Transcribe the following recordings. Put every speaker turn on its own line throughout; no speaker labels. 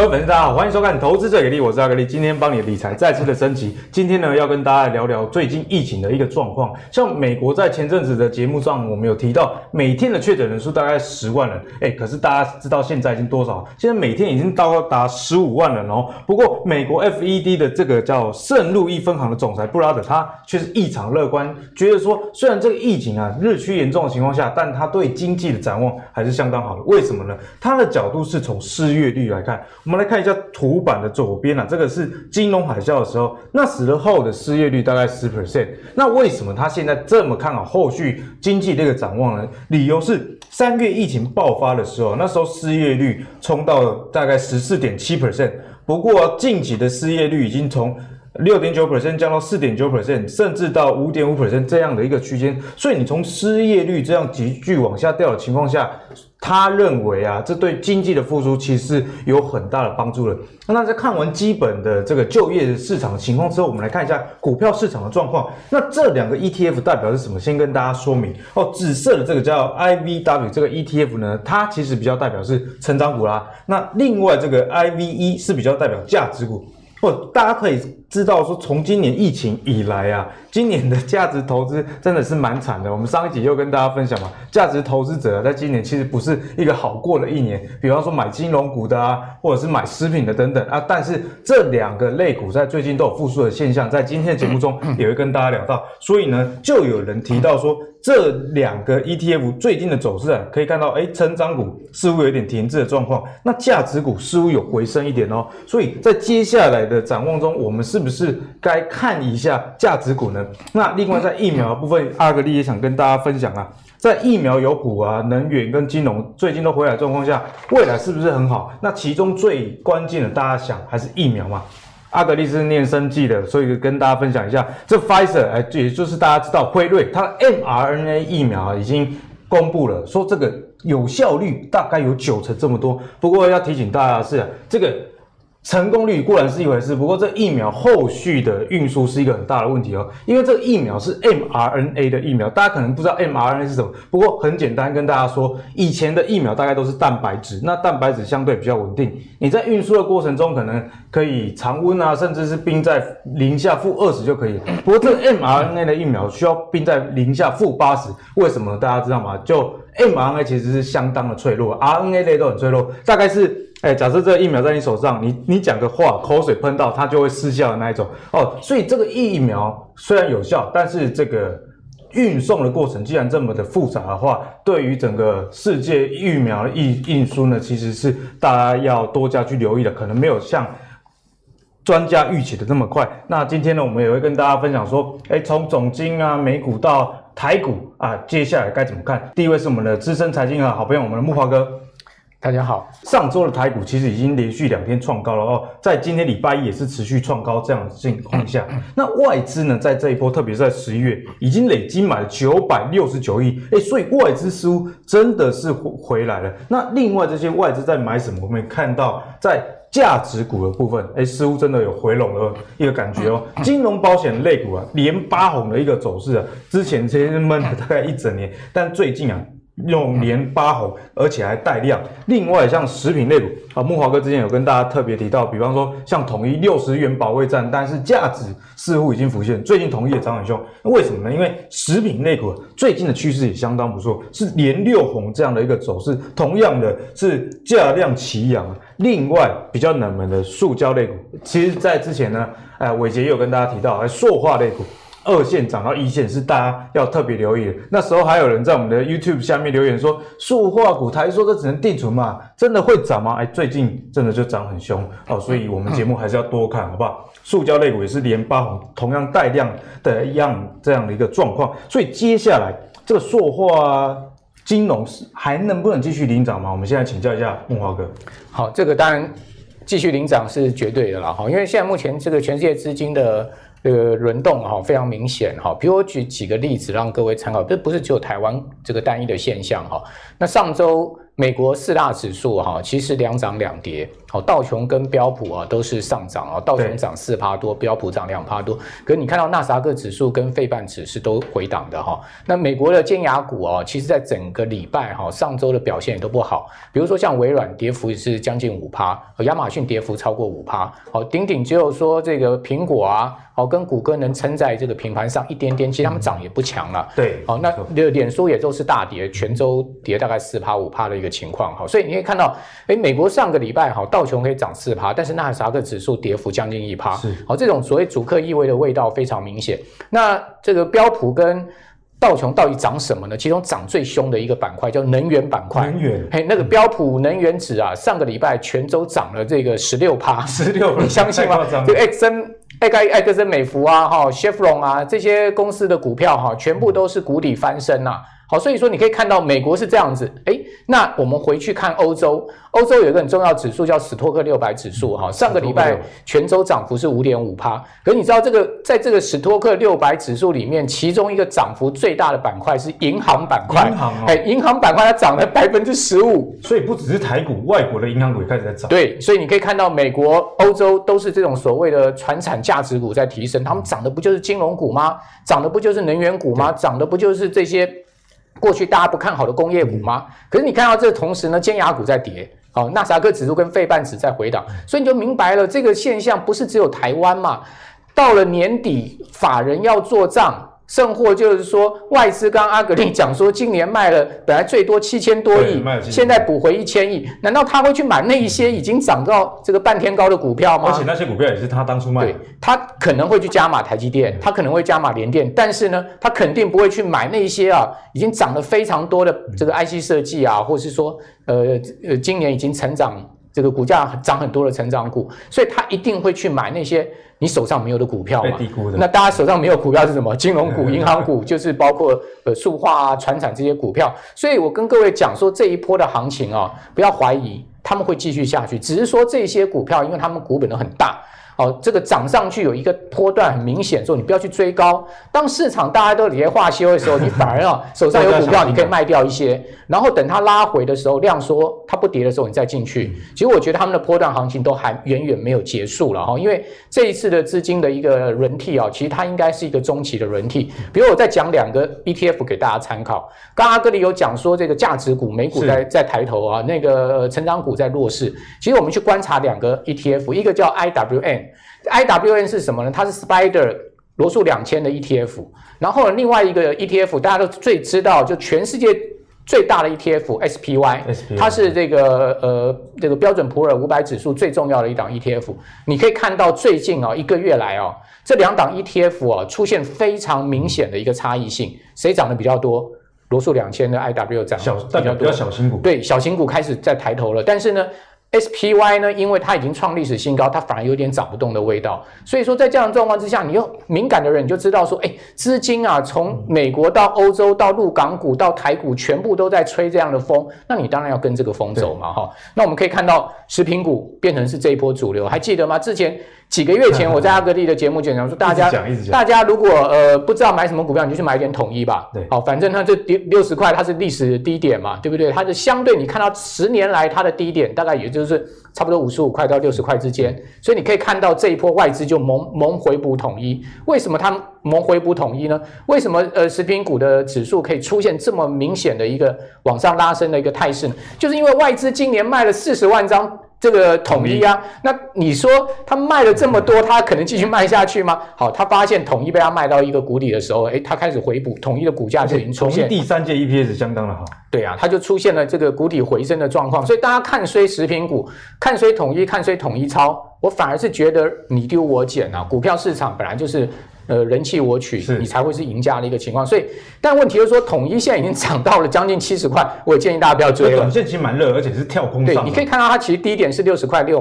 位粉丝大家好，欢迎收看《投资最给力》，我是阿格力，今天帮你的理财再次的升级。今天呢，要跟大家聊聊最近疫情的一个状况。像美国在前阵子的节目上，我们有提到每天的确诊人数大概10万人，可是大家知道现在已经多少？现在每天已经到达15万人哦。不过，美国 FED 的这个叫圣路易分行的总裁布拉德，他却是异常乐观，觉得说虽然这个疫情日趋严重的情况下，但他对经济的展望还是相当好的。为什么呢？他的角度是从失业率来看，我们来看一下图版的左边这个是金融海啸的时候，那时候的失业率大概10%。那为什么他现在这么看好后续经济这个展望呢？理由是3月疫情爆发的时候，那时候失业率冲到大概14.7%，不过近期的失业率已经从6.9% 降到4.9%，甚至到5.5% 这样的一个区间，所以你从失业率这样急剧往下掉的情况下，他认为这对经济的复苏其实是有很大的帮助的。那在看完基本的这个就业市场的情况之后，我们来看一下股票市场的状况。那这两个 ETF 代表是什么？先跟大家说明紫色的这个叫 IVW 这个 ETF 呢，它其实比较代表是成长股啦。那另外这个 IVE 是比较代表价值股。大家可以知道说，从今年疫情以来今年的价值投资真的是蛮惨的。我们上一集又跟大家分享嘛，价值投资者在今年其实不是一个好过的一年。比方说买金融股的或者是买食品的等等但是这两个类股在最近都有复苏的现象，在今天的节目中也会跟大家聊到。所以呢，就有人提到说，这两个 ETF 最近的走势可以看到，成长股似乎有点停滞的状况，那价值股似乎有回升一点哦。所以在接下来的展望中，我们是不是该看一下价值股呢？那另外在疫苗的部分，阿格力也想跟大家分享在疫苗有股能源跟金融最近都回来的状况下，未来是不是很好？那其中最关键的，大家想还是疫苗嘛。阿格力是念生技的，所以跟大家分享一下，这 Pfizer 也就是大家知道辉瑞，它的 mRNA 疫苗已经公布了，说这个有效率大概有90%这么多。不过要提醒大家的是，这个成功率固然是一回事，不过这疫苗后续的运输是一个很大的问题哦。因为这个疫苗是 mRNA 的疫苗，大家可能不知道 mRNA 是什么，不过很简单跟大家说，以前的疫苗大概都是蛋白质，那蛋白质相对比较稳定，你在运输的过程中可能可以常温甚至是冰在零下-20就可以。不过这个 mRNA 的疫苗需要冰在零下-80，为什么大家知道吗？就 mRNA 其实是相当的脆弱 ，RNA 类都很脆弱，大概是假设这个疫苗在你手上，你讲个话，口水喷到它就会失效的那一种所以这个疫苗虽然有效，但是这个运送的过程既然这么的复杂的话，对于整个世界疫苗的运输呢，其实是大家要多加去留意的，可能没有像专家预期的那么快。那今天呢，我们也会跟大家分享说，从总经美股到台股接下来该怎么看？第一位是我们的资深财经好朋友，我们的木华哥。
大家好，
上周的台股其实已经连续2天创高了在今天礼拜一也是持续创高这样的情况下，那外资呢在这一波，特别是在11月，已经累积买了969亿，所以外资似乎真的是回来了。那另外这些外资在买什么？我们看到在价值股的部分，似乎真的有回笼的一个感觉金融保险类股连8红的一个走势之前这些闷了大概1整年，但最近用连8红，而且还带量。另外像食品类股木华哥之前有跟大家特别提到，比方说像统一60元保卫战，但是价值似乎已经浮现，最近统一也涨很凶。为什么呢？因为食品类股最近的趋势也相当不错，是连6红这样的一个走势，同样的是价量齐扬。另外比较冷门的塑胶类股，其实在之前呢伟杰也有跟大家提到塑化类股2线涨到1线是大家要特别留意的。那时候还有人在我们的 YouTube 下面留言说，塑化股台说这只能定存嘛，真的会涨吗？最近真的就涨很凶所以我们节目还是要多看好不好？塑胶类股也是连8红，同样带量的这样的一个状况。所以接下来这个塑化金融还能不能继续领涨吗？我们现在请教一下木华哥。
好，这个当然继续领涨是绝对的啦因为现在目前这个全世界资金的轮动非常明显比如我举几个例子让各位参考，这不是只有台湾这个单一的现象那上周美国4大指数其实2涨2跌道琼跟标普啊都是上涨啊，道琼涨4%多，标普涨2%多。可是你看到纳斯达克指数跟费半指是都回档的哈。那美国的尖牙股啊，其实在整个礼拜上周的表现也都不好。比如说像微软跌幅也是将近5%，亚马逊跌幅超过5%。顶只有说这个苹果啊，跟谷歌能撑在这个平盘上一点点，其实他们涨也不强了。
对，
那脸书也都是大跌，全周跌大概4%、5%的一个情况。所以你可以看到，美国上个礼拜道琼可以涨4%，但是纳斯达克指数跌幅将近1%。这种所谓主客意味的味道非常明显。那这个标普跟道琼到底涨什么呢？其中涨最凶的一个板块叫能源板块。
能源，
那个标普能源指啊，上个礼拜全周涨了这个16%，你相信吗？这个埃克森美孚啊、Chevron 啊这些公司的股票全部都是谷底翻身啊。好，所以说你可以看到美国是这样子，那我们回去看欧洲，欧洲有一个很重要指数叫史托克600指数上个礼拜全周涨幅是 5.5%， 可是你知道在这个史托克600指数里面，其中一个涨幅最大的板块是银行板块，银行板块它涨了 15%，
所以不只是台股，外国的银行股也开始在涨。
对，所以你可以看到美国、欧洲都是这种所谓的传产价值股在提升，他们涨的不就是金融股吗？涨的不就是能源股吗？涨的不就是这些过去大家不看好的工业股吗？可是你看到这同时呢，尖牙股在跌，纳斯达克指数跟费半指在回档，所以你就明白了这个现象不是只有台湾嘛。到了年底，法人要做账，甚或就是说外资刚刚阿格力讲说，今年卖了本来最多7000多亿，现在补回1000亿，难道他会去买那一些已经涨到这个半天高的股票吗？
而且那些股票也是他当初卖的。
对，他可能会去加码台积电，他可能会加码联电，但是呢，他肯定不会去买那些已经涨得非常多的这个 IC 设计啊，或是说今年已经成长这个股价涨很多的成长股，所以他一定会去买那些你手上没有的股票嘛。
被低估的。
那大家手上没有股票是什么？金融股、银行股，就是包括塑化啊、传产这些股票。所以我跟各位讲说，这一波的行情不要怀疑，他们会继续下去，只是说这些股票因为他们股本都很大。这个涨上去有一个波段很明显，说你不要去追高。当市场大家都跌化修的时候，你反而手上有股票，你可以卖掉一些，然后等它拉回的时候，量缩它不跌的时候，你再进去。其实我觉得他们的波段行情都还远远没有结束了因为这一次的资金的一个轮替其实它应该是一个中期的轮替。比如我再讲2个 ETF 给大家参考。刚刚阿格里有讲说这个价值股美股在抬头那个成长股在弱势。其实我们去观察2个 ETF， 一个叫 IWN。IWN 是什么呢？它是 Spider 罗素2000的 ETF， 然后另外一个 ETF 大家都最知道，就全世界最大的 ETF SPY， 它是这个标准普尔500指数最重要的一档 ETF。你可以看到最近1个月来这2档 ETF 出现非常明显的一个差异性，谁涨得比较多？罗素2000的 IW 涨比较多，
小型股，
对，小型股开始在抬头了，但是呢。SPY 呢，因为它已经创历史新高，它反而有点涨不动的味道。所以说，在这样的状况之下，你又敏感的人你就知道说，资金从美国到欧洲到陆港股到台股，全部都在吹这样的风，那你当然要跟这个风走嘛，那我们可以看到，食品股变成是这一波主流，还记得吗？之前几个月前我在阿格力的节目就讲说，大家如果不知道买什么股票，你就去买点统一吧。对，反正它这60块，它是历史低点嘛，对不对？它的相对你看到10年来它的低点大概也就是差不多55块到60块之间，所以你可以看到这一波外资就猛回补统一。为什么它猛回补统一呢？为什么食品股的指数可以出现这么明显的一个往上拉升的一个态势呢？就是因为外资今年卖了40万张。这个统一那你说他卖了这么多，他可能继续卖下去吗？好，他发现统一被他卖到一个谷底的时候，他开始回补，统一的股价就已经出现。
统一第3届 EPS 相当的好。
对啊，它就出现了这个谷底回升的状况，所以大家看衰食品股，看衰统一，看衰统一超，我反而是觉得你丢我捡股票市场本来就是人气我取，你才会是赢家的一个情况。所以，但问题就是说，统一现在已经涨到了将近70块，我也建议大家不要追了。
短线其实蛮热，而且是跳空上。
对，你可以看到它其实低点是60块6毛，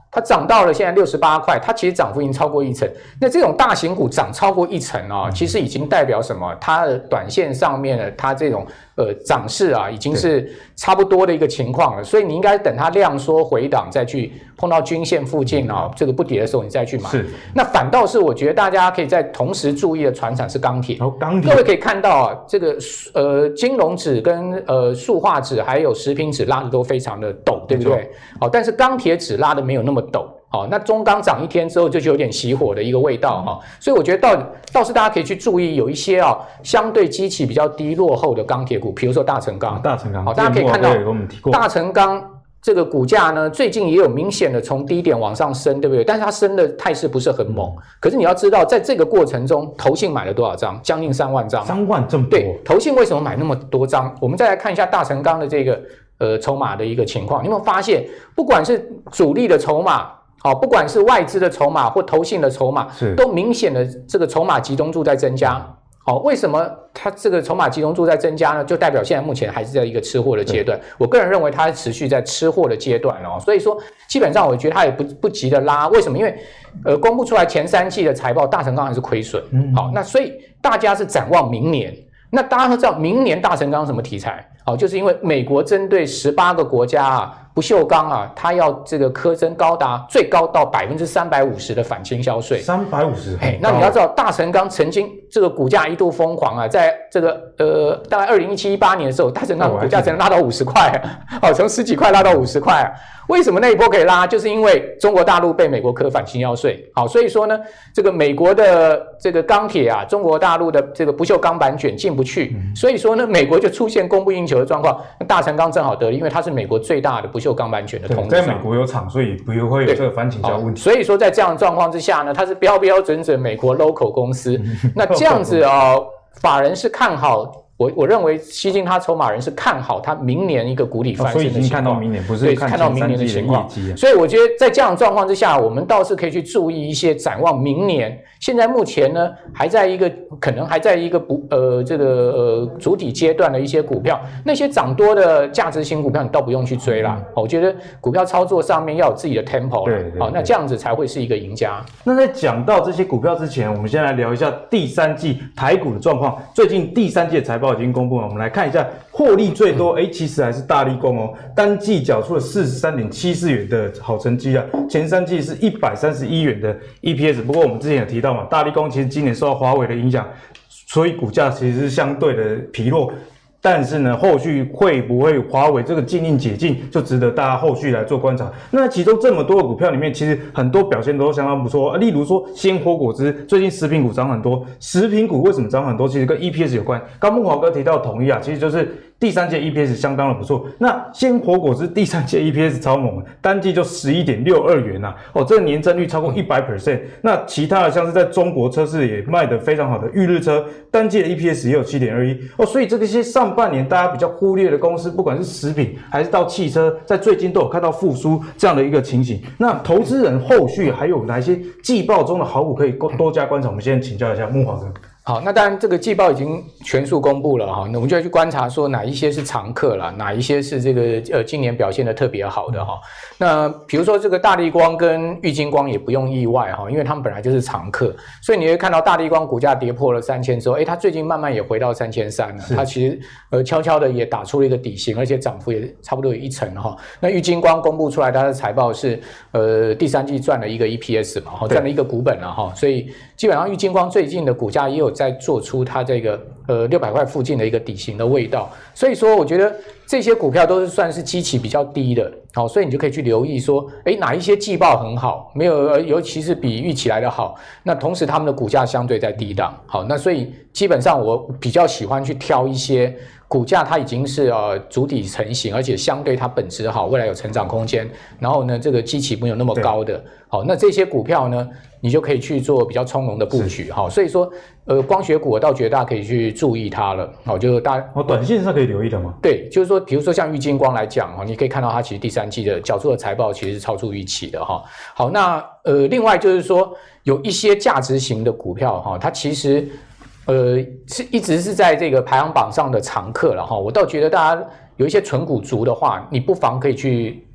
它涨到了现在68块，它其实涨幅已经超过1成。那这种大型股涨超过1成啊，其实已经代表什么？它的短线上面的它这种涨势啊，已经是差不多的一个情况了。所以你应该等它量缩回档再去碰到均线附近啊，这个不跌的时候你再去买。
是。
那反倒是我觉得大家可以在同时注意的传产是钢铁。
钢铁。
各位可以看到啊，这个金融指跟塑化指还有食品指拉的都非常的陡，对不对？好，但是钢铁指拉的没有那么陡。好，那中钢涨1天之后就有点熄火的一个味道哈，所以我觉得倒是大家可以去注意有一些相对基期比较低落后的钢铁股，比如说大成钢。好，大家可以看到大成钢这个股价呢，最近也有明显的从低点往上升，对不对？但是它升的态势不是很猛。可是你要知道，在这个过程中，投信买了多少张？将近3万张。
3万这么多？
对，投信为什么买那么多张？我们再来看一下大成钢的这个筹码的一个情况，你有没有发现，不管是主力的筹码？好，不管是外资的筹码或投信的筹码，都明显的这个筹码集中度在增加。好，为什么它这个筹码集中度在增加呢？就代表现在目前还是在一个吃货的阶段。我个人认为它持续在吃货的阶段哦，所以说基本上我觉得它也不急的拉。为什么？因为公布出来前3季的财报，大成钢还是亏损。好，那所以大家是展望明年。那大家都知道明年大成钢什么题材？好，就是因为美国针对18个国家啊。不锈钢啊，它要这个苛征最高到350%的反倾销税。
350。
那你要知道，大成钢曾经这个股价一度疯狂啊，在这个大概2017、18年的时候，大成钢股价曾经拉到50块，从10几块拉到50块啊。为什么那一波可以拉？就是因为中国大陆被美国科反倾销税。好，所以说呢，这个美国的这个钢铁啊，中国大陆的这个不锈钢板卷进不去，所以说呢，美国就出现供不应求的状况。那大成钢正好得利，因为它是美国最大的不锈钢板卷的通路商，
在美国有厂，所以不会有这个反倾销问题。
所以说在这样的状况之下呢，它是标准美国 local 公司。那这样子法人是看好。我认为西金他筹码人是看好他明年一个谷底翻身的情况，
所以已经看到明年，不是看到明年的情况。
所以我觉得在这样的状况之下，我们倒是可以去注意一些展望明年。现在目前呢，可能还在一个主体阶段的一些股票，那些涨多的价值型股票，你倒不用去追啦。我觉得股票操作上面要有自己的 tempo
对，
好，那这样子才会是一个赢家。
那在讲到这些股票之前，我们先来聊一下第3季台股的状况。最近第3季的财报已经公布了，我们来看一下获利最多，其实还是大立光哦，单季缴出了43.74元的好成绩啊，前3季是131元的 EPS。不过我们之前有提到嘛，大立光其实今年受到华为的影响，所以股价其实是相对的疲弱。但是呢，后续会不会华为这个禁令解禁，就值得大家后续来做观察。那其中这么多的股票里面，其实很多表现都相当不错。例如说鲜活果汁，最近食品股涨很多。食品股为什么涨很多？其实跟 EPS 有关。刚木华哥提到统一啊，其实就是第3季 EPS 相当的不错。那鲜活果汁第3季 EPS 超猛，单季就11.62元啊，这个年增率超过100%。那其他的像是在中国车市也卖得非常好的裕日车，单季的 EPS 也有7.21所以这些上半年大家比较忽略的公司，不管是食品还是到汽车，在最近都有看到复苏这样的一个情形。那投资人后续还有哪些季报中的好股可以多加观察？我们先请教一下木华哥。
好，那当然这个季报已经全数公布了哈，那我们就要去观察说哪一些是常客啦，哪一些是这个今年表现的特别好的哈。那比如说这个大立光跟玉晶光也不用意外哈，因为他们本来就是常客，所以你会看到大立光股价跌破了3000之后，它最近慢慢也回到3300了，它其实悄悄的也打出了一个底型，而且涨幅也差不多有1成哈。那玉晶光公布出来它的财报是第3季赚了一个 EPS 嘛，赚了一个股本了哈，所以基本上玉晶光最近的股价也有在做出它这个600块附近的一个底型的味道，所以说我觉得这些股票都是算是基期比较低的，好，所以你就可以去留意说，哪一些季报很好，没有，尤其是比预期来的好，那同时他们的股价相对在低档，好，那所以基本上我比较喜欢去挑一些股价它已经是主体成型，而且相对它本质好，未来有成长空间，然后呢这个基期没有那么高的，好，那这些股票呢你就可以去做比较从容的布局，好，所以说光学股我倒觉得大家可以去注意它了，好，就是大家
短线上可以留意的吗？
对，就是说比如说像玉晶光来讲你可以看到它其实第3季的缴出的财报其实是超出预期的哈。好，那另外就是说有一些价值型的股票哈，它其实是一直是在这个排行榜上的常客了哈。我倒觉得大家有一些纯股族的话，你不妨可以去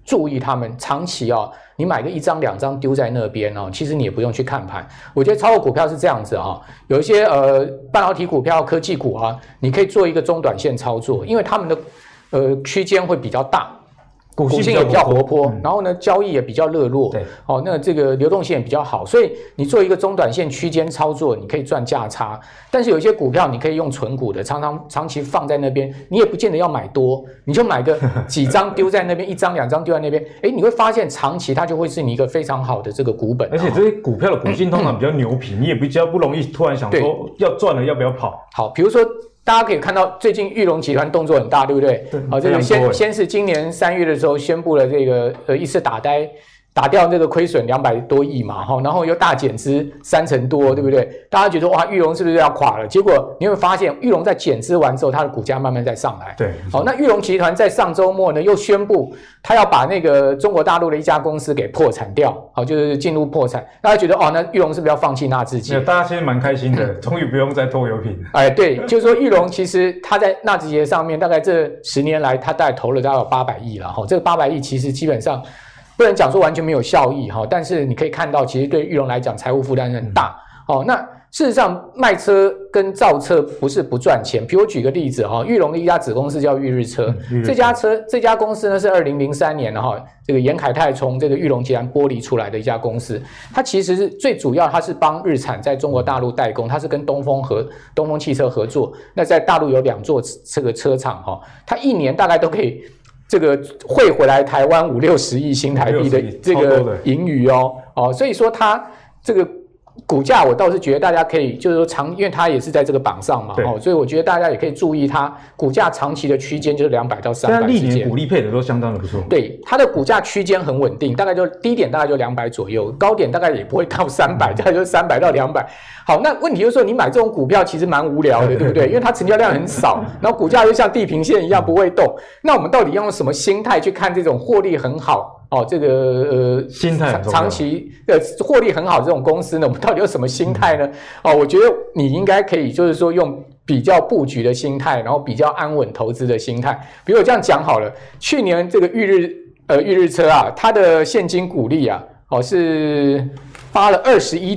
注意他们长期啊，你买个1张2张丢在那边哦，其实你也不用去看盘。我觉得操作股票是这样子啊，有一些半导体股票、科技股啊，你可以做一个中短线操作，因为他们的区间会比较大。股性也比较活泼，然后呢，交易也比较热络，
对，
哦，那这个流动性也比较好，所以你做一个中短线区间操作，你可以赚价差。但是有一些股票你可以用存股的，长期放在那边，你也不见得要买多，你就买个几张丢在那边，1张2张丢在那边，你会发现长期它就会是你一个非常好的这个股本。
而且这些股票的股性通常比较牛皮，你也比较不容易突然想说要赚了要不要跑。
好，比如说。大家可以看到，最近裕隆集团动作很大，对不对？
对。
好，这个先是今年3月的时候宣布了这个一次打掉这个亏损200多亿嘛，然后又大减资3成多，对不对？大家觉得哇，裕隆是不是要垮了？结果你会发现，裕隆在减资完之后，它的股价慢慢在上来。
对。
好，那裕隆集团在上周末呢，又宣布他要把那个中国大陆的一家公司给破产掉，好，就是进入破产。大家觉得哦，那裕隆是不是要放弃纳智捷？
大家其实蛮开心的，终于不用再拖油瓶。
对，就是说裕隆其实他在纳智捷上面，大概这10年来，他大概投了大概有800亿了，这个800亿其实基本上。不能讲说完全没有效益哈，但是你可以看到，其实对裕隆来讲，财务负担很大。那事实上卖车跟造车不是不赚钱。比如我举个例子哈，裕隆的一家子公司叫裕日车，这家公司呢是2003年这个严凯泰从这个裕隆集团剥离出来的一家公司，它其实是最主要，它是帮日产在中国大陆代工，它是跟东风汽车合作。那在大陆有2座这个车厂哈，它1年大概都可以。这个汇回来台湾50-60亿新台币的这个盈余哦，所以说它这个股价我倒是觉得大家可以就是说因为它也是在这个榜上嘛，所以我觉得大家也可以注意它股价长期的区间就是200到300之间。现在
历年股利配的都相当的不错。
对，它的股价区间很稳定，大概就低点大概就200左右，高点大概也不会到300，大概就是300到200。好，那问题就是说你买这种股票其实蛮无聊的，对不对？因为它成交量很少，然后股价又像地平线一样不会动。那我们到底要用什么心态去看这种获利很好？这个
心态
长期获利很好的这种公司呢，我们到底有什么心态呢？我觉得你应该可以就是说用比较布局的心态，然后比较安稳投资的心态。比如我这样讲好了，去年这个裕日车啊，它的现金股利啊，是发了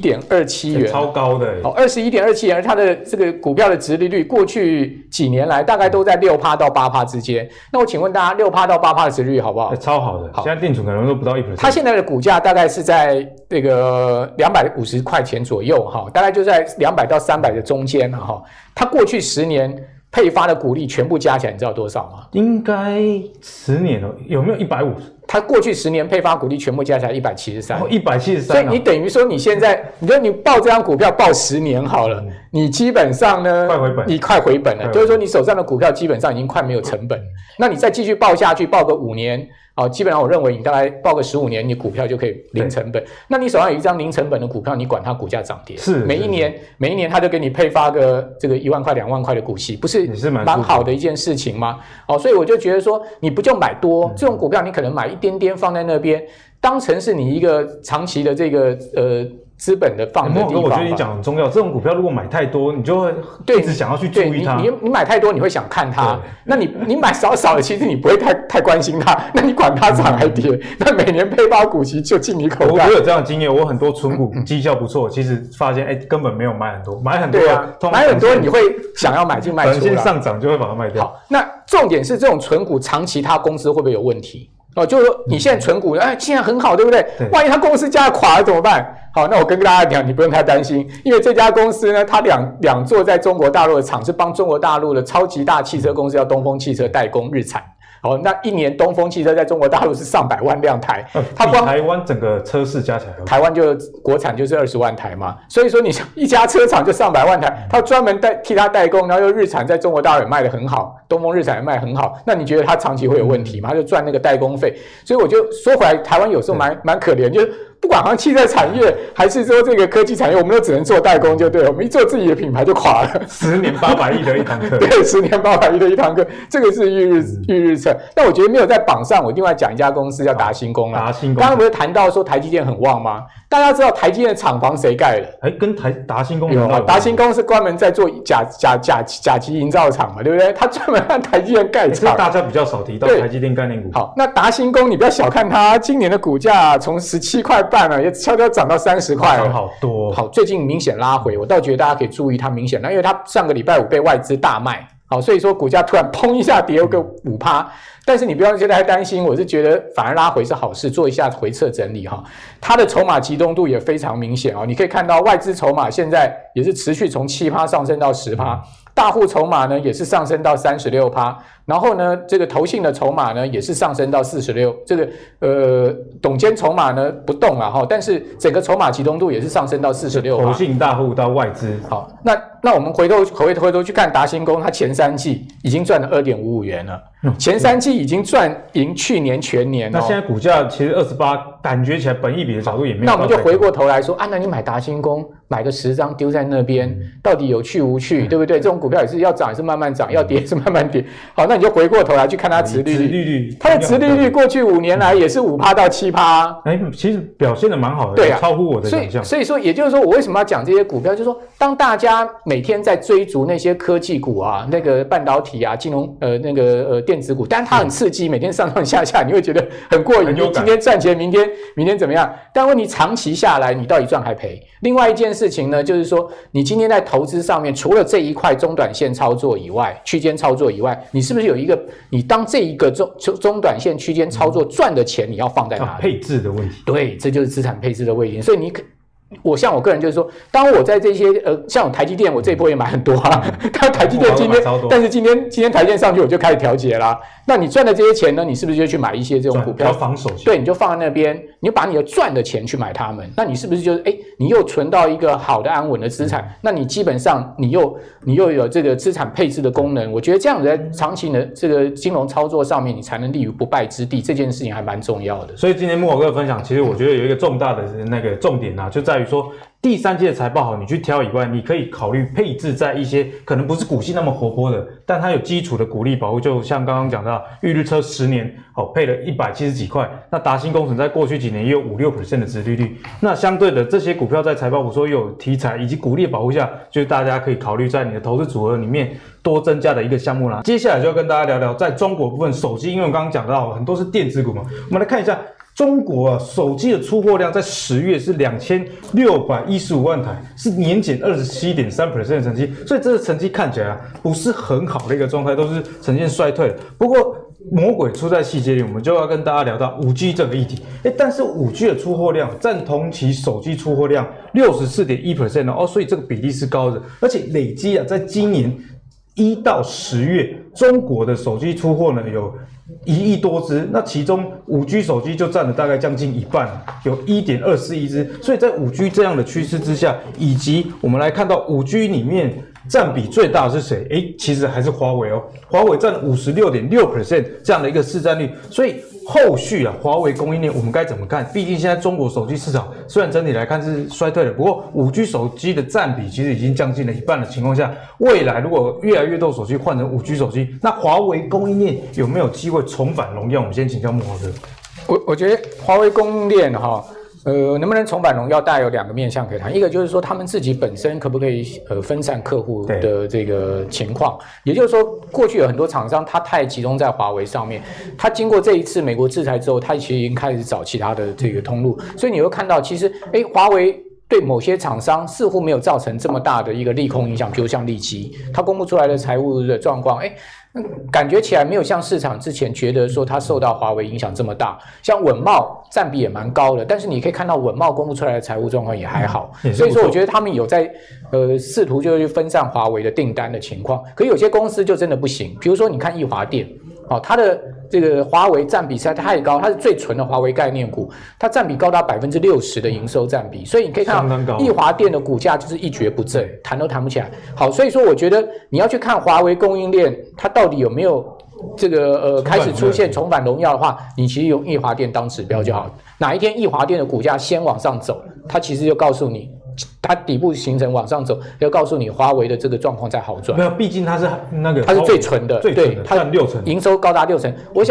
21.27元，
超高的
21.27元，它的这个股票的殖利率过去几年来大概都在6%到8%之间。那我请问大家，6%到8%的殖利率好不好？
超好的，现在定存可能都不到1%。
它现在的股价大概是在这个250块钱左右哈，大概就在200到300的中间哈。它过去10年配发的股利全部加起来，你知道多少吗？
应该10年了，有没有150？
它过去10年配发股利全部加起来173，
173，
所以你等于说你现在，你说你抱这张股票抱10年好了，你基本上呢，你快回本了，就是说你手上的股票基本上已经快没有成本，那你再继续抱下去，抱个5年。基本上我认为你大概抱个15年，你股票就可以零成本。那你手上有一张零成本的股票，你管它股价涨跌，每一年它就给你配发个这个1万块、2万块的股息，不是蛮好的一件事情吗？所以我就觉得说，你不就买多这种股票，你可能买一点点放在那边，当成是你一个长期的这个资本的放的地方。
我觉得你讲很重要，这种股票如果买太多，你就会一直想要去注意它。
你买太多，你会想看它。那你买少的，其实你不会太关心它。那你管它涨还跌，那每年配发股息就进你口袋。
我有这样的经验，我很多存股绩效不错，其实发现根本没有买很多，买很多
买很多你会想要买进卖出，
先上涨就会把它卖掉。
好，那重点是这种存股长期它公司会不会有问题？就是说你现在存股，现在很好，对不对？万一它公司价垮了怎么办？好，那我跟大家讲，你不用太担心，因为这家公司呢，它两座在中国大陆的厂是帮中国大陆的超级大汽车公司叫东风汽车代工日产。那一年东风汽车在中国大陆是上百万辆台，
它光台湾整个车市加起来，
台湾就国产就是20万台嘛，所以说你一家车厂就上百万台，它专门替它代工，然后又日产在中国大陆也卖得很好，东风日产也卖很好，那你觉得它长期会有问题吗？它就赚那个代工费，所以我就说回来，台湾有时候蛮可怜，就是不管好像汽车产业还是说这个科技产业，我们都只能做代工就对了，我们一做自己的品牌就垮了。
10年800亿的一堂课，
对，10年800亿的一堂课，这个是裕日车。但我觉得没有在榜上，我另外讲一家公司叫达新工啦。
达新工，
刚刚不是谈到说台积电很旺吗？ 大家知道台积电的厂房谁盖的？
哎，跟达新工
有啊，达新工是专门在做甲级营造厂嘛，对不对？他专门让台积电盖厂。
大家比较少提到台积电概念股。
好，那达新工你不要小看它，今年的股价从17块半了，也悄悄涨到30块了，
涨好多。
好，最近明显拉回，我倒觉得大家可以注意它明显拉，因为它上个礼拜五被外资大卖。好，所以说股价突然砰一下跌个5%，但是你不要觉得太担心，我是觉得反而拉回是好事，做一下回撤整理哈。它的筹码集中度也非常明显哦，你可以看到外资筹码现在也是持续从7%上升到10%，大户筹码呢也是上升到36%，然后呢这个投信的筹码呢也是上升到46%，这个董监筹码呢不动了哈，但是整个筹码集中度也是上升到46%。
投信大户到外资。
好，那我们回头去看达新工，它前3季已经赚了2.55元了，前3季已经赚赢去年全年
那现在股价其实28，感觉起来本益比的角度也没有。
那我们就回过头来说啊，那你买达新工，买个10张丢在那边，到底有去无去，对不对？这种股票也是要涨也是慢慢涨，要跌也是慢慢跌。好，那你就回过头来去看它殖利率，它的殖利率过去5年来也是5%到7%。
哎，其实表现的蛮好的，
对啊，
超乎我的想象。
所以说，也就是说，我为什么要讲这些股票？就是说，当大家每天在追逐那些科技股啊，那个半导体啊，金融电子股，但它很刺激，每天上上下下，你会觉得很过瘾。你今天赚钱，明天怎么样？但问题长期下来，你到底赚还赔？另外一件事情呢，就是说，你今天在投资上面，除了这一块中短线操作以外，区间操作以外，你是不是有一个？你当这一个中短线区间操作赚的钱，你要放在哪里？
配置的问题。
对，这就是资产配置的问题。所以像我个人就是说，当我在这些像台积电，我这一波也买很多啊。但台积电但是今天台积电上去，我就开始调节啦。那你赚的这些钱呢？你是不是就去买一些这种股票？
防守型。
对，你就放在那边，你就把你的赚的钱去买它们。那你是不是就是你又存到一个好的安稳的资产？那你基本上你又有这个资产配置的功能。我觉得这样子在长期的这个金融操作上面，你才能立于不败之地。这件事情还蛮重要的。
所以今天木华哥分享，其实我觉得有一个重大的那个重点啊，就在于说。第3季的财报好，你去挑以外，你可以考虑配置在一些可能不是股息那么活泼的，但它有基础的股利保护，就像刚刚讲到，裕日车10年配了170几块，那达新工程在过去几年也有5-6% 的殖利率，那相对的这些股票在财报不错又有题材以及股利保护下，就是大家可以考虑在你的投资组合里面多增加的一个项目啦。接下来就要跟大家聊聊在中国部分手机，因为我刚刚讲到很多是电子股嘛，我们来看一下。中国手机的出货量在10月是2615万台，是年减27.3% 的成绩，所以这个成绩看起来不是很好的一个状态，都是呈现衰退的。不过魔鬼出在细节里，我们就要跟大家聊到 5G 这个议题。但是 5G 的出货量占同期手机出货量 64.1% 哦，所以这个比例是高的，而且累积在今年1到10月，中国的手机出货呢有1亿多只，那其中 5G 手机就占了大概将近一半，有 1.24 亿只。所以在 5G 这样的趋势之下，以及我们来看到 5G 里面占比最大的是谁？其实还是华为哦，华为占了 56.6% 这样的一个市占率。所以后续华为供应链我们该怎么看？毕竟现在中国手机市场虽然整体来看是衰退的，不过 5G 手机的占比其实已经将近了一半的情况下，未来如果越来越多手机换成 5G 手机，那华为供应链有没有机会重返荣耀？我们先请教木华哥。
我觉得华为供应链能不能重返荣耀，大概有2个面向可以谈。一个就是说，他们自己本身可不可以分散客户的这个情况，也就是说，过去有很多厂商他太集中在华为上面，他经过这一次美国制裁之后，他其实已经开始找其他的这个通路，所以你会看到，其实华为对某些厂商似乎没有造成这么大的一个利空影响，比如像利基，他公布出来的财务的状况，感觉起来没有像市场之前觉得说它受到华为影响这么大。像稳懋占比也蛮高的，但是你可以看到稳懋公布出来的财务状况也还好，所以说我觉得他们有在试图就是分散华为的订单的情况。可有些公司就真的不行，比如说你看易华电，它的这个华为占比实在太高，它是最纯的华为概念股，它占比高达60%的营收占比，所以你可以看到易华电的股价就是一蹶不振，谈都谈不起来。好，所以说我觉得你要去看华为供应链它到底有没有这个开始出现重返荣耀的话，你其实用易华电当指标就好。哪一天易华电的股价先往上走，它其实就告诉你。它底部形成往上走，要告诉你华为的这个状况在好转。
没有，毕竟它是
它是最纯的，
对，它占60%，
营收高达60%。我想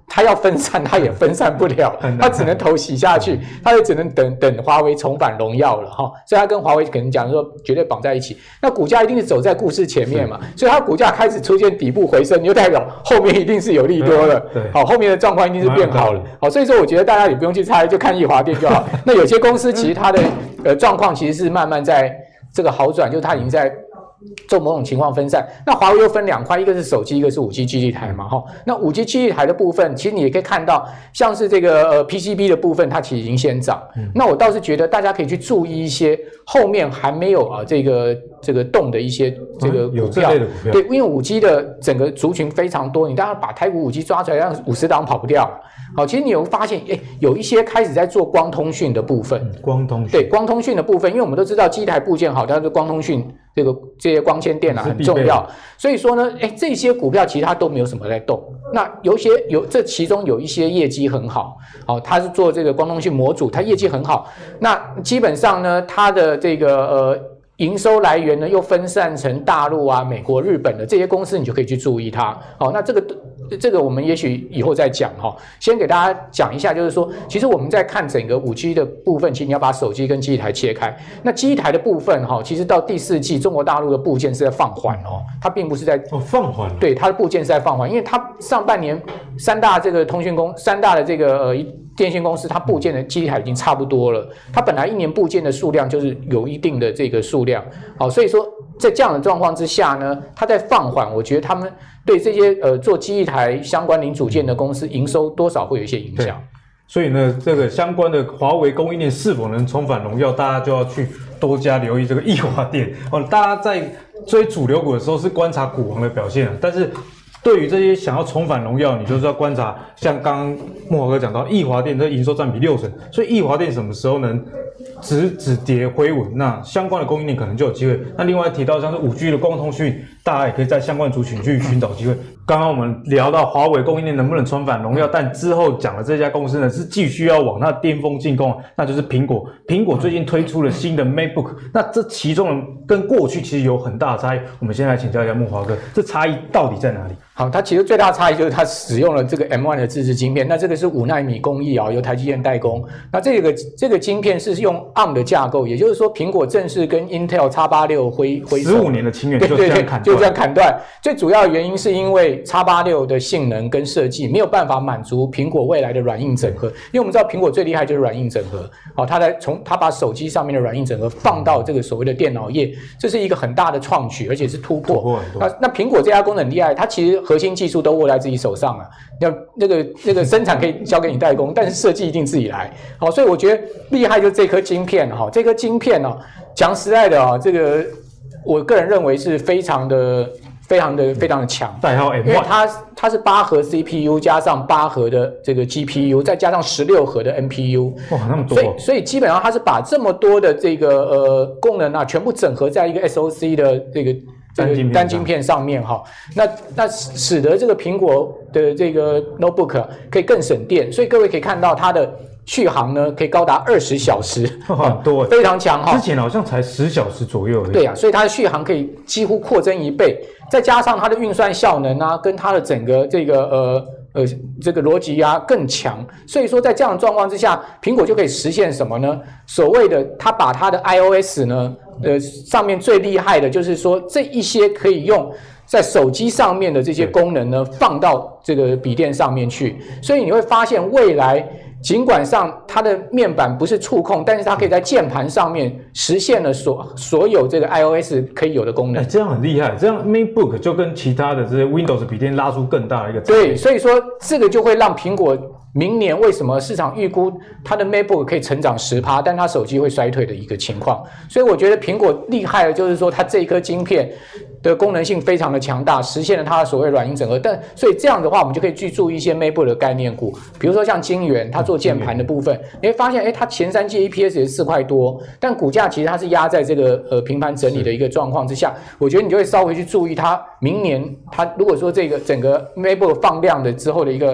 他要分散，他也分散不了，他只能头洗下去，他也只能等华为重返荣耀了哈。所以他跟华为可能讲说绝对绑在一起，那股价一定是走在故事前面嘛，所以它股价开始出现底部回升，就代表后面一定是有利多了，
对，
好，后面的状况一定是变好了，好，所以说我觉得大家也不用去猜，就看易华电就好。那有些公司其实它的状况其实是慢慢在这个好转，就是它已经在做某种情况分散。那华为又分两块，一个是手机，一个是5G 基地台嘛，哈。那5G 基地台的部分，其实你也可以看到，像是这个PCB 的部分，它其实已经先涨。那我倒是觉得大家可以去注意一些后面还没有这个动的一些这个股票，对，因为5G 的整个族群非常多，你当然把台股5G 抓出来，让50档跑不掉。好，其实你有发现，有一些开始在做光通讯的部分，
光通讯，
对，光通讯的部分，因为我们都知道基台部件好，但是光通讯这些光纤电啊很重要，所以说呢，这些股票其实它都没有什么在动。那这其中有一些业绩很好，它是做这个光通讯模组，它业绩很好。那基本上呢，它的这个营收来源呢又分散成大陆啊、美国、日本的这些公司，你就可以去注意它。好，那这个我们也许以后再讲哈，先给大家讲一下，就是说，其实我们在看整个5G 的部分，其实你要把手机跟基地台切开。那基地台的部分哈，其实到第4季，中国大陆的部件是在放缓哦，它并不是在
放缓，
对，它的部件是在放缓，因为它上半年三大的这个电信公司，它部件的基地台已经差不多了，它本来一年部件的数量就是有一定的这个数量，好，所以说在这样的状况之下呢，它在放缓，我觉得他们对这些做基地台相关零组件的公司营收多少会有一些影响。
所以呢，这个相关的华为供应链是否能重返荣耀，大家就要去多加留意这个易华电哦。大家在追主流股的时候是观察股王的表现，但是对于这些想要重返荣耀，你就是要观察，像刚刚莫华哥讲到易华电这营收占比60%，所以易华电什么时候能止跌回稳，那相关的供应链可能就有机会。那另外提到像是5G 的光通讯，大家也可以在相关族群去寻找机会。刚刚我们聊到华为供应链能不能重返荣耀，但之后讲的这家公司呢是继续要往它的巅峰进攻，那就是苹果。苹果最近推出了新的 MacBook， 那这其中跟过去其实有很大的差异。我们先来请教一下木华哥，这差异到底在哪里？
好，它其实最大的差异就是它使用了这个 M1 的自制晶片，那这个是5奈米工艺啊，由台积电代工。那这个晶片是用 ARM 的架构，也就是说苹果正式跟 Intel X86 挥手
15年的情缘就这样砍断，
就这样砍断。最主要的原因是因为 X86 的性能跟设计没有办法满足苹果未来的软硬整合，因为我们知道苹果最厉害就是软硬整合。好，它把手机上面的软硬整合放到这个所谓的电脑业，这是一个很大的创举，而且是突破。那苹果这家公司很厉害，它其实核心技术都握在自己手上了，那个生产可以交给你代工，但是设计一定自己来。好，所以我觉得厉害就是这颗晶片哈，这颗晶片呢，讲实在的啊，这个我个人认为是非常的强，
代号 M1，
因为它是8核 CPU 加上8核的这个 GPU， 再加上16核的 NPU，
哇，那么多！
所以基本上它是把这么多的这个功能啊，全部整合在一个 SoC 的这个单晶片上面哈，那使得这个苹果的这个 notebook 可以更省电，所以各位可以看到它的续航呢可以高达20小时，
很多，
非常强哈。
之前好像才10小时左右而已。
对啊，所以它的续航可以几乎扩增1倍，再加上它的运算效能啊，跟它的整个这个这个逻辑啊更强，所以说在这样的状况之下，苹果就可以实现什么呢？所谓的它把它的 iOS 呢，上面最厉害的就是说这一些可以用在手机上面的这些功能呢，放到这个笔电上面去，所以你会发现未来尽管上它的面板不是触控，但是它可以在键盘上面实现了所有这个 iOS 可以有的功能。
这样很厉害，这样 MacBook 就跟其他的这些 Windows 笔电拉出更大的一个差
别。对，所以说这个就会让苹果明年为什么市场预估它的 MacBook 可以成长10%，但它手机会衰退的一个情况。所以我觉得苹果厉害的就是说它这一颗晶片的功能性非常的强大，实现了它的所谓软硬整合。所以这样的话，我们就可以去注意一些 MacBook 的概念股，比如说像晶圆，它做键盘的部分，你会发现，它前3季 EPS 也是4块多，但股价其实它是压在这个平盘整理的一个状况之下。我觉得你就会稍微去注意它明年，它如果说这个整个 MacBook 放量的之后的一个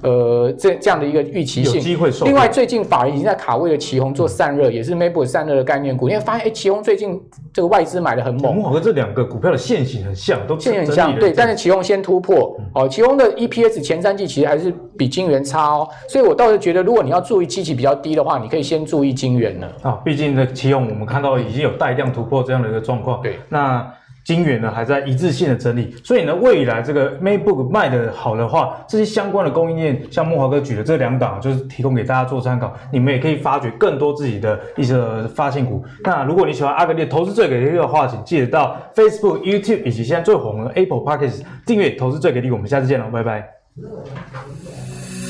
这样的一个预期性，
有机会受。
另外，最近法人已经在卡位了奇鋐做散热，也是 MacBook 散热的概念股。因为发现，奇鋐最近这个外资买的很猛，
和这2个股票的线型很像，都
线型很像，对。但是奇鋐先突破，奇鋐的 EPS 前3季其实还是比晶圆差哦，所以我倒是觉得，如果你要注意基期比较低的话，你可以先注意晶圆了。
毕竟这奇鋐我们看到已经有带量突破这样的一个状况，
对，
那晶圆呢还在一致性的整理，所以呢未来这个 MacBook 卖的好的话，这些相关的供应链，像慕骅哥举的这2档，就是提供给大家做参考，你们也可以发掘更多自己的一些发现股。那如果你喜欢阿格力投资最给力的话，请记得到 Facebook、YouTube 以及现在最红的 Apple Podcast 订阅投资最给力。我们下次见了，拜拜。